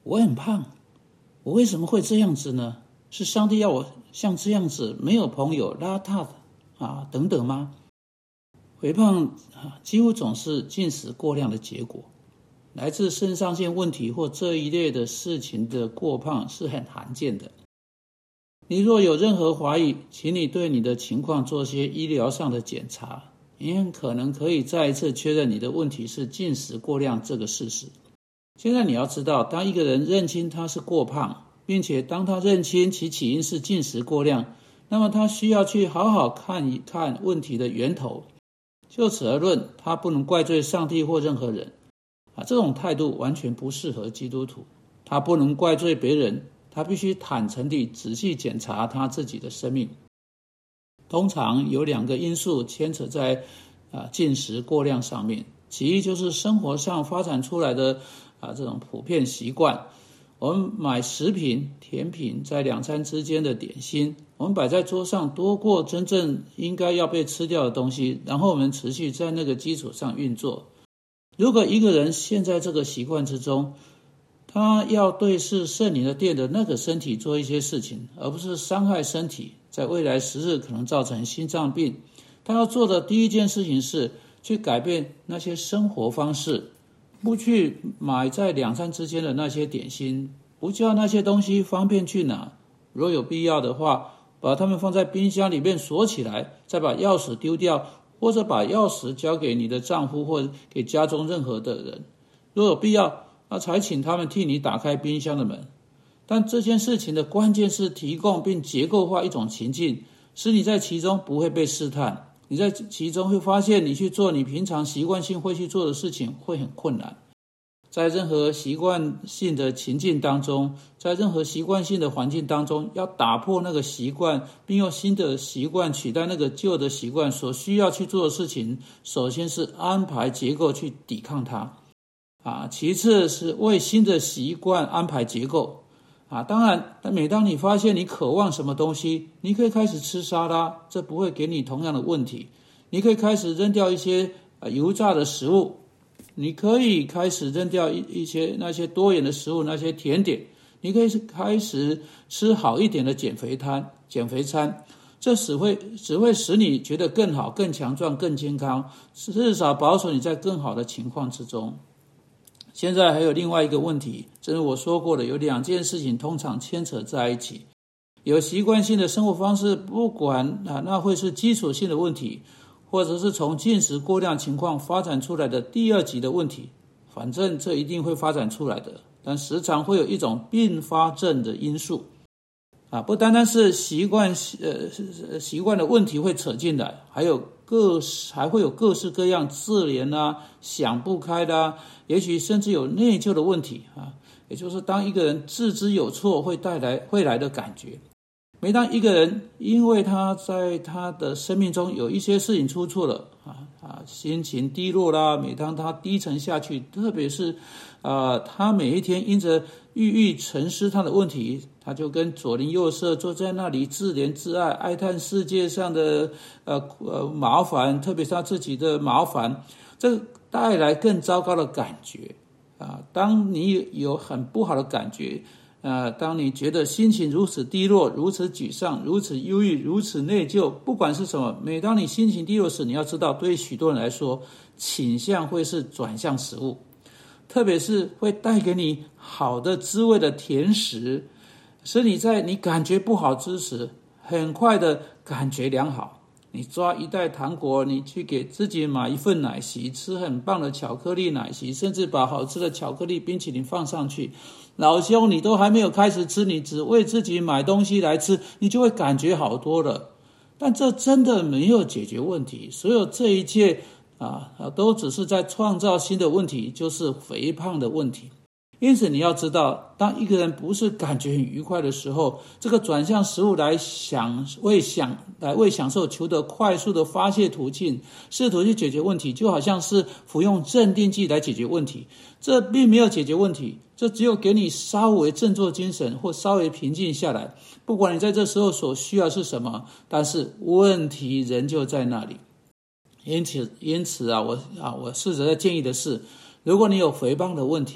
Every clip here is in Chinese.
我很胖，我为什么会这样子呢？是上帝要我像这样子没有朋友、邋遢等等吗？肥胖几乎总是进食过量的结果，来自肾上腺问题或这一类的事情的过胖是很罕见的。你若有任何怀疑，请你对你的情况做些医疗上的检查，你很可能可以再一次确认你的问题是进食过量这个事实。现在你要知道，当一个人认清他是过胖，并且当他认清其起因是进食过量，那么他需要去好好看一看问题的源头。就此而论，他不能怪罪上帝或任何人这种态度完全不适合基督徒。他不能怪罪别人，他必须坦诚地仔细检查他自己的生命。通常有2个因素牵扯在进食过量上面，其一就是生活上发展出来的这种普遍习惯。我们买食品、甜品，在2餐之间的点心，我们摆在桌上多过真正应该要被吃掉的东西，然后我们持续在那个基础上运作。如果一个人陷在这个习惯之中，他要对是圣灵的殿的那个身体做一些事情，而不是伤害身体，在未来时日可能造成心脏病。他要做的第一件事情是去改变那些生活方式，不去买在2餐之间的那些点心，不叫那些东西方便去拿。若有必要的话，把它们放在冰箱里面锁起来，再把钥匙丢掉，或者把钥匙交给你的丈夫或给家中任何的人。若有必要，才请他们替你打开冰箱的门。但这件事情的关键是提供并结构化一种情境，使你在其中不会被试探。你在其中会发现，你去做你平常习惯性会去做的事情会很困难。在任何习惯性的情境当中，在任何习惯性的环境当中，要打破那个习惯，并用新的习惯取代那个旧的习惯，所需要去做的事情，首先是安排结构去抵抗它，其次是为新的习惯安排结构。当然，每当你发现你渴望什么东西，你可以开始吃沙拉，这不会给你同样的问题。你可以开始扔掉一些油炸的食物，你可以开始扔掉一些那些多元的食物，那些甜点，你可以开始吃好一点的减肥餐，这只会使你觉得更好、更强壮、更健康，至少保守你在更好的情况之中。现在还有另外一个问题，正如我说过的，有2件事情通常牵扯在一起。有习惯性的生活方式，不管那会是基础性的问题，或者是从进食过量情况发展出来的第2级的问题，反正这一定会发展出来的。但时常会有一种并发症的因素不单单是习惯的问题会扯进来，还会有各式各样自怜想不开的也许甚至有内疚的问题也就是当一个人自知有错会来的感觉。每当一个人因为他在他的生命中有一些事情出错了心情低落啦，每当他低沉下去，特别是他每一天因着郁郁沉思他的问题，他就跟左邻右舍坐在那里自怜自爱，哀叹世界上的麻烦，特别是他自己的麻烦，这带来更糟糕的感觉当你有很不好的感觉当你觉得心情如此低落，如此沮丧，如此忧郁，如此内疚，不管是什么，每当你心情低落时，你要知道，对于许多人来说，倾向会是转向食物，特别是会带给你好的滋味的甜食，使你在你感觉不好之时，很快的感觉良好。你抓一袋糖果，你去给自己买一份奶昔，吃很棒的巧克力奶昔，甚至把好吃的巧克力冰淇淋放上去。老兄，你都还没有开始吃，你只为自己买东西来吃，你就会感觉好多了。但这真的没有解决问题，所有这一切都只是在创造新的问题，就是肥胖的问题。因此你要知道，当一个人不是感觉很愉快的时候，这个转向食物来为享受求得快速的发泄途径，试图去解决问题，就好像是服用镇定剂来解决问题，这并没有解决问题，这只有给你稍微振作精神或稍微平静下来。不管你在这时候所需要是什么，但是问题仍旧在那里。因此我试着在建议的是，如果你有肥胖的问题，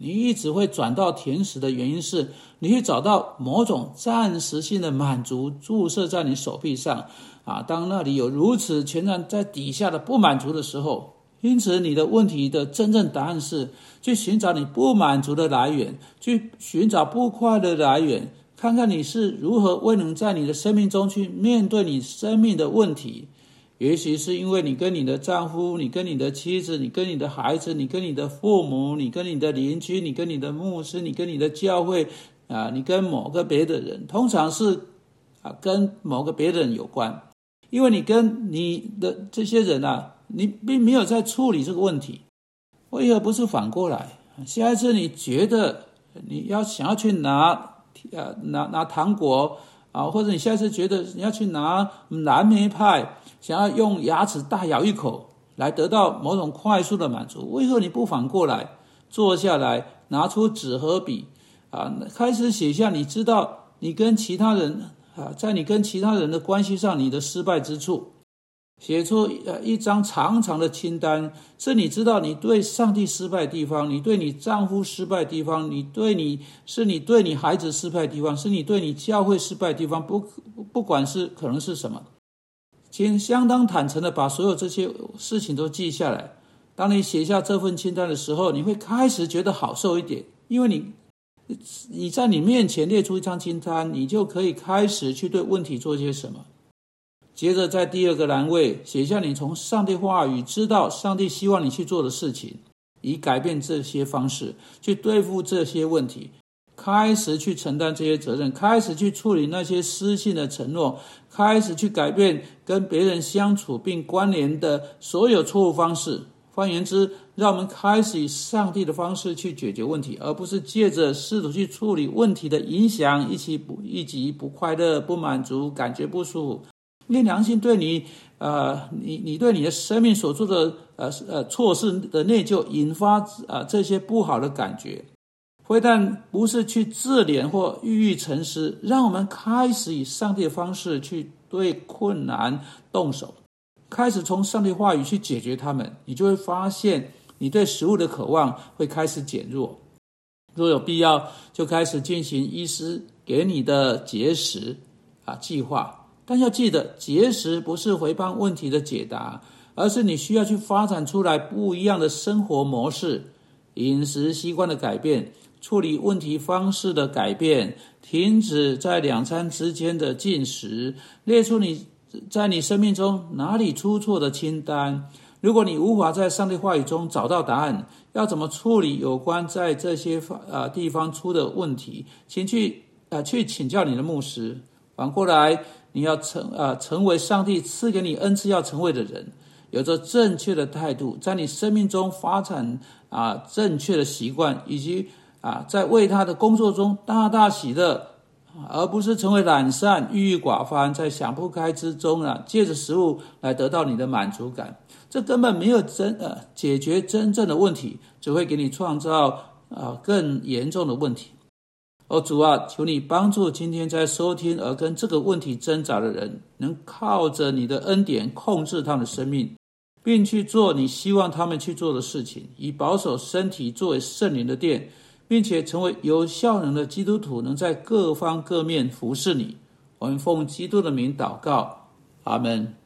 你一直会转到甜食的原因是，你会找到某种暂时性的满足注射在你手臂上当那里有如此全然在底下的不满足的时候，因此你的问题的真正答案是去寻找你不满足的来源，去寻找不快乐的来源，看看你是如何未能在你的生命中去面对你生命的问题。也许是因为你跟你的丈夫，你跟你的妻子，你跟你的孩子，你跟你的父母，你跟你的邻居，你跟你的牧师，你跟你的教会你跟某个别的人，通常是跟某个别的人有关。因为你跟你的这些人你并没有在处理这个问题，为何不是反过来？下一次你觉得你想要去拿糖果或者你下次觉得你要去拿蓝莓派，想要用牙齿大咬一口来得到某种快速的满足，为何你不反过来坐下来，拿出纸和笔开始写下你知道你跟其他人在你跟其他人的关系上你的失败之处，写出一张长长的清单，是你知道你对上帝失败的地方，你对你丈夫失败的地方，你对你孩子失败的地方，是你对你教会失败的地方，不管是可能是什么，请相当坦诚的把所有这些事情都记下来。当你写下这份清单的时候，你会开始觉得好受一点，因为你在你面前列出一张清单，你就可以开始去对问题做些什么。接着在第二个栏位写下你从上帝话语知道上帝希望你去做的事情，以改变这些方式去对付这些问题，开始去承担这些责任，开始去处理那些失信的承诺，开始去改变跟别人相处并关联的所有错误方式。换言之，让我们开始以上帝的方式去解决问题，而不是借着试图去处理问题的影响，一级不快乐、不满足、感觉不舒服。因为良心对你对你的生命所做的错事的内疚引发这些不好的感觉，非但不是去自怜或郁郁沉思，让我们开始以上帝的方式去对困难动手，开始从上帝话语去解决它们，你就会发现你对食物的渴望会开始减弱。若有必要，就开始进行医师给你的节食计划。但要记得，节食不是回谤问题的解答，而是你需要去发展出来不一样的生活模式，饮食习惯的改变，处理问题方式的改变，停止在2餐之间的进食，列出你在你生命中哪里出错的清单。如果你无法在上帝话语中找到答案，要怎么处理有关在这些地方出的问题，请去请教你的牧师。反过来，你要成为上帝赐给你恩赐要成为的人，有着正确的态度，在你生命中发展正确的习惯，以及在为他的工作中大大喜乐，而不是成为懒散、郁郁寡欢，在想不开之中借着食物来得到你的满足感。这根本没有解决真正的问题，只会给你创造更严重的问题。主求你帮助今天在收听而跟这个问题挣扎的人，能靠着你的恩典控制他们的生命，并去做你希望他们去做的事情，以保守身体作为圣灵的殿，并且成为有效能的基督徒，能在各方各面服侍你。我们奉基督的名祷告，阿们。